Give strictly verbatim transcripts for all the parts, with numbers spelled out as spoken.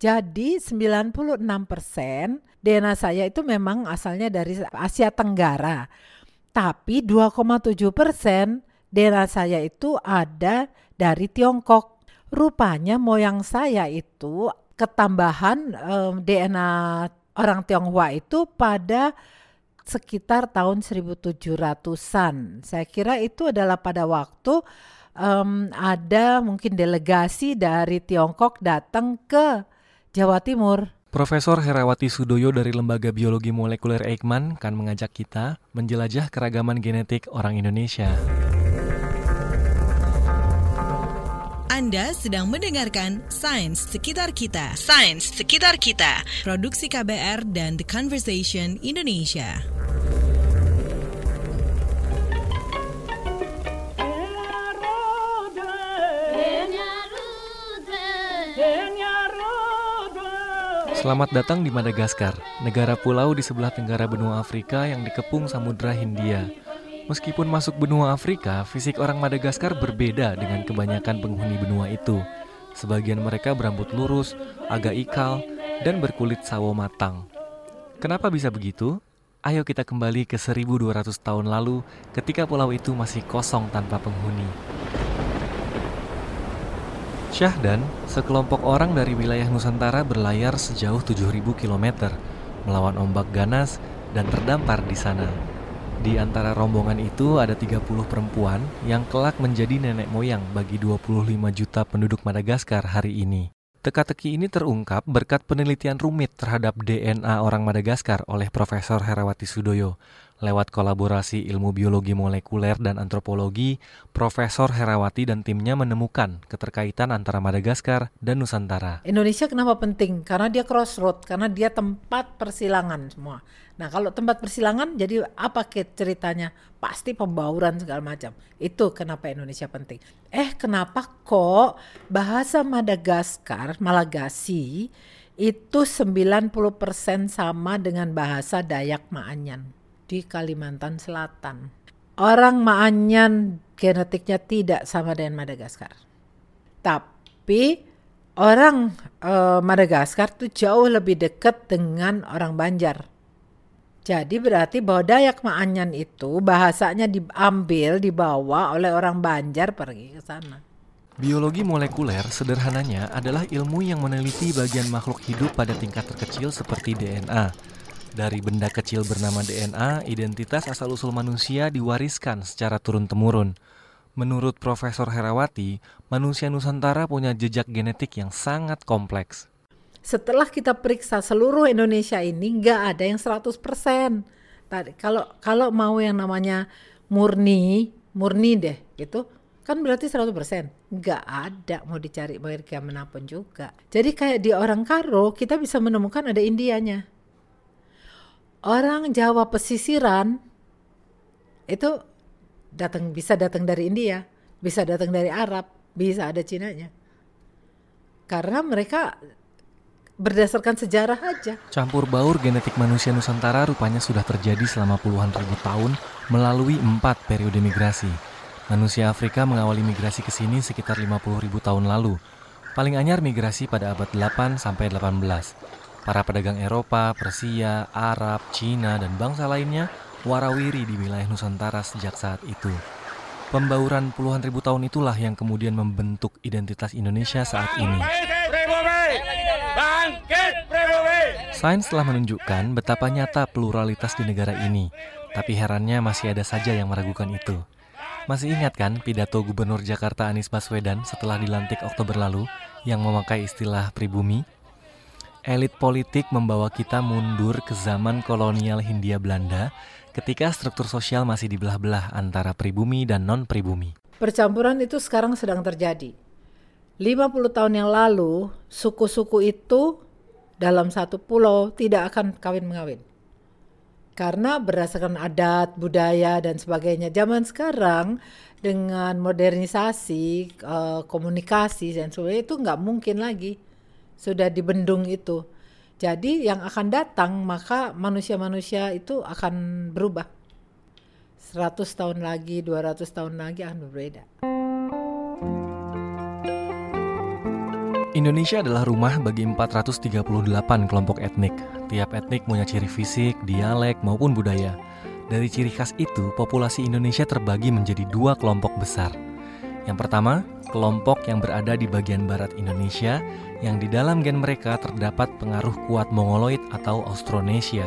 Jadi sembilan puluh enam persen D N A saya itu memang asalnya dari Asia Tenggara. Tapi dua koma tujuh persen D N A saya itu ada dari Tiongkok. Rupanya moyang saya itu ketambahan um, D N A orang Tionghoa itu pada sekitar tahun seribu tujuh ratusan. Saya kira itu adalah pada waktu um, ada mungkin delegasi dari Tiongkok datang ke Jawa Timur. Profesor Herawati Sudoyo dari Lembaga Biologi Molekuler Eijkman akan mengajak kita menjelajah keragaman genetik orang Indonesia. Anda sedang mendengarkan Sains Sekitar Kita. Sains Sekitar Kita. Produksi K B R dan The Conversation Indonesia. Selamat datang di Madagaskar, negara pulau di sebelah tenggara benua Afrika yang dikepung Samudra Hindia. Meskipun masuk benua Afrika, fisik orang Madagaskar berbeda dengan kebanyakan penghuni benua itu. Sebagian mereka berambut lurus, agak ikal, dan berkulit sawo matang. Kenapa bisa begitu? Ayo kita kembali ke seribu dua ratus tahun lalu ketika pulau itu masih kosong tanpa penghuni. Syahdan, sekelompok orang dari wilayah Nusantara berlayar sejauh tujuh ribu kilometer, melawan ombak ganas dan terdampar di sana. Di antara rombongan itu ada tiga puluh perempuan yang kelak menjadi nenek moyang bagi dua puluh lima juta penduduk Madagaskar hari ini. Teka-teki ini terungkap berkat penelitian rumit terhadap D N A orang Madagaskar oleh Profesor Herawati Sudoyo. Lewat kolaborasi ilmu biologi molekuler dan antropologi, Profesor Herawati dan timnya menemukan keterkaitan antara Madagaskar dan Nusantara. Indonesia kenapa penting? Karena dia crossroad, karena dia tempat persilangan semua. Nah, kalau tempat persilangan, jadi apa ceritanya? Pasti pembauran segala macam. Itu kenapa Indonesia penting. Eh, kenapa kok bahasa Madagaskar, Malagasy, itu sembilan puluh persen sama dengan bahasa Dayak Maanyan di Kalimantan Selatan. Orang Maanyan genetiknya tidak sama dengan Madagaskar. Tapi orang uh, Madagaskar itu jauh lebih dekat dengan orang Banjar. Jadi berarti bahwa Dayak Maanyan itu bahasanya diambil, dibawa oleh orang Banjar pergi ke sana. Biologi molekuler sederhananya adalah ilmu yang meneliti bagian makhluk hidup pada tingkat terkecil seperti D N A. Dari benda kecil bernama D N A, identitas asal-usul manusia diwariskan secara turun-temurun. Menurut Profesor Herawati, manusia Nusantara punya jejak genetik yang sangat kompleks. Setelah kita periksa seluruh Indonesia ini, nggak ada yang seratus persen. Tadi, kalau kalau mau yang namanya murni, murni deh, gitu, kan berarti seratus persen. Nggak ada, mau dicari bagaimanapun juga. Jadi kayak di orang Karo, kita bisa menemukan ada Indianya. Orang Jawa pesisiran itu datang bisa datang dari India, bisa datang dari Arab, bisa ada Cinanya. Karena mereka berdasarkan sejarah aja. Campur baur genetik manusia Nusantara rupanya sudah terjadi selama puluhan ribu tahun melalui empat periode migrasi. Manusia Afrika mengawali migrasi ke sini sekitar lima puluh ribu tahun lalu. Paling anyar migrasi pada abad delapan sampai delapan belas. Para pedagang Eropa, Persia, Arab, Cina, dan bangsa lainnya warawiri di wilayah Nusantara sejak saat itu. Pembauran puluhan ribu tahun itulah yang kemudian membentuk identitas Indonesia saat ini. Sains telah menunjukkan betapa nyata pluralitas di negara ini, tapi herannya masih ada saja yang meragukan itu. Masih ingat kan pidato Gubernur Jakarta Anies Baswedan setelah dilantik Oktober lalu yang memakai istilah pribumi? Elit politik membawa kita mundur ke zaman kolonial Hindia Belanda ketika struktur sosial masih dibelah-belah antara pribumi dan non-pribumi. Percampuran itu sekarang sedang terjadi. lima puluh tahun yang lalu, suku-suku itu dalam satu pulau tidak akan kawin-mengawin. Karena berdasarkan adat, budaya, dan sebagainya. Zaman sekarang dengan modernisasi, komunikasi, dan sebagainya itu nggak mungkin lagi. Sudah dibendung itu. Jadi yang akan datang maka manusia-manusia itu akan berubah. seratus tahun lagi, dua ratus tahun lagi akan berbeda. Indonesia adalah rumah bagi empat ratus tiga puluh delapan kelompok etnik. Tiap etnik punya ciri fisik, dialek, maupun budaya. Dari ciri khas itu, populasi Indonesia terbagi menjadi dua kelompok besar. Yang pertama, kelompok yang berada di bagian barat Indonesia, yang di dalam gen mereka terdapat pengaruh kuat Mongoloid atau Austronesia.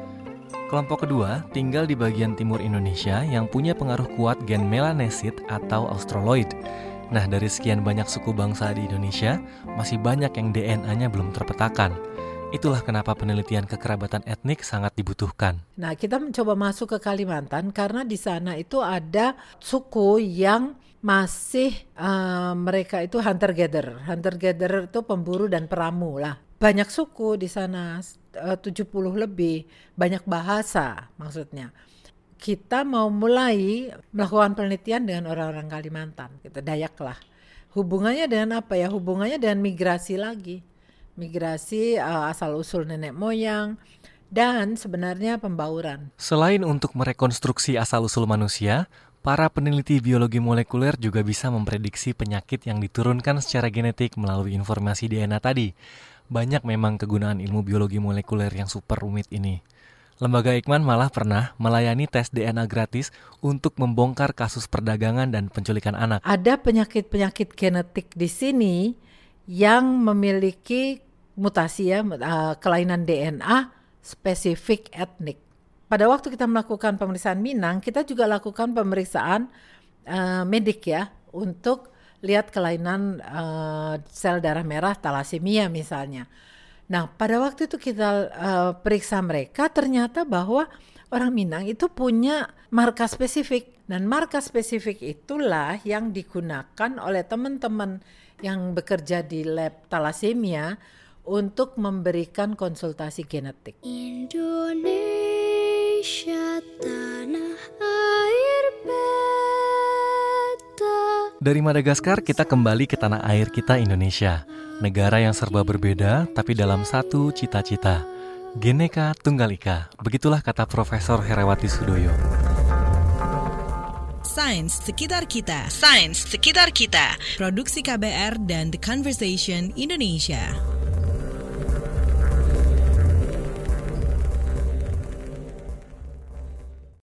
Kelompok kedua tinggal di bagian timur Indonesia yang punya pengaruh kuat gen Melanesid atau Australoid. Nah, dari sekian banyak suku bangsa di Indonesia, masih banyak yang D N A-nya belum terpetakan. Itulah kenapa penelitian kekerabatan etnik sangat dibutuhkan. Nah, kita mencoba masuk ke Kalimantan karena di sana itu ada suku yang masih uh, mereka itu hunter-gatherer. Hunter-gatherer itu pemburu dan peramu lah. Banyak suku di sana, uh, tujuh puluh lebih, banyak bahasa maksudnya. Kita mau mulai melakukan penelitian dengan orang-orang Kalimantan, gitu, Dayak lah. Hubungannya dengan apa ya? Hubungannya dengan migrasi lagi. Migrasi uh, asal-usul nenek moyang dan sebenarnya pembauran. Selain untuk merekonstruksi asal-usul manusia, para peneliti biologi molekuler juga bisa memprediksi penyakit yang diturunkan secara genetik melalui informasi D N A tadi. Banyak memang kegunaan ilmu biologi molekuler yang super rumit ini. Lembaga Eijkman malah pernah melayani tes D N A gratis untuk membongkar kasus perdagangan dan penculikan anak. Ada penyakit-penyakit genetik di sini yang memiliki mutasi ya, kelainan D N A spesifik etnik. Pada waktu kita melakukan pemeriksaan Minang, kita juga lakukan pemeriksaan uh, medik ya, untuk lihat kelainan uh, sel darah merah talasemia misalnya. Nah, pada waktu itu kita uh, periksa mereka, ternyata bahwa orang Minang itu punya marka spesifik. Dan marka spesifik itulah yang digunakan oleh teman-teman yang bekerja di lab talasemia untuk memberikan konsultasi genetik. Indonesia tanah air beta. Dari Madagaskar kita kembali ke tanah air kita Indonesia. Negara yang serba berbeda tapi dalam satu cita-cita. Bhinneka Tunggal Ika. Begitulah kata Profesor Herawati Sudoyo. Sains Sekitar Kita. Sains Sekitar Kita. Produksi K B R dan The Conversation Indonesia.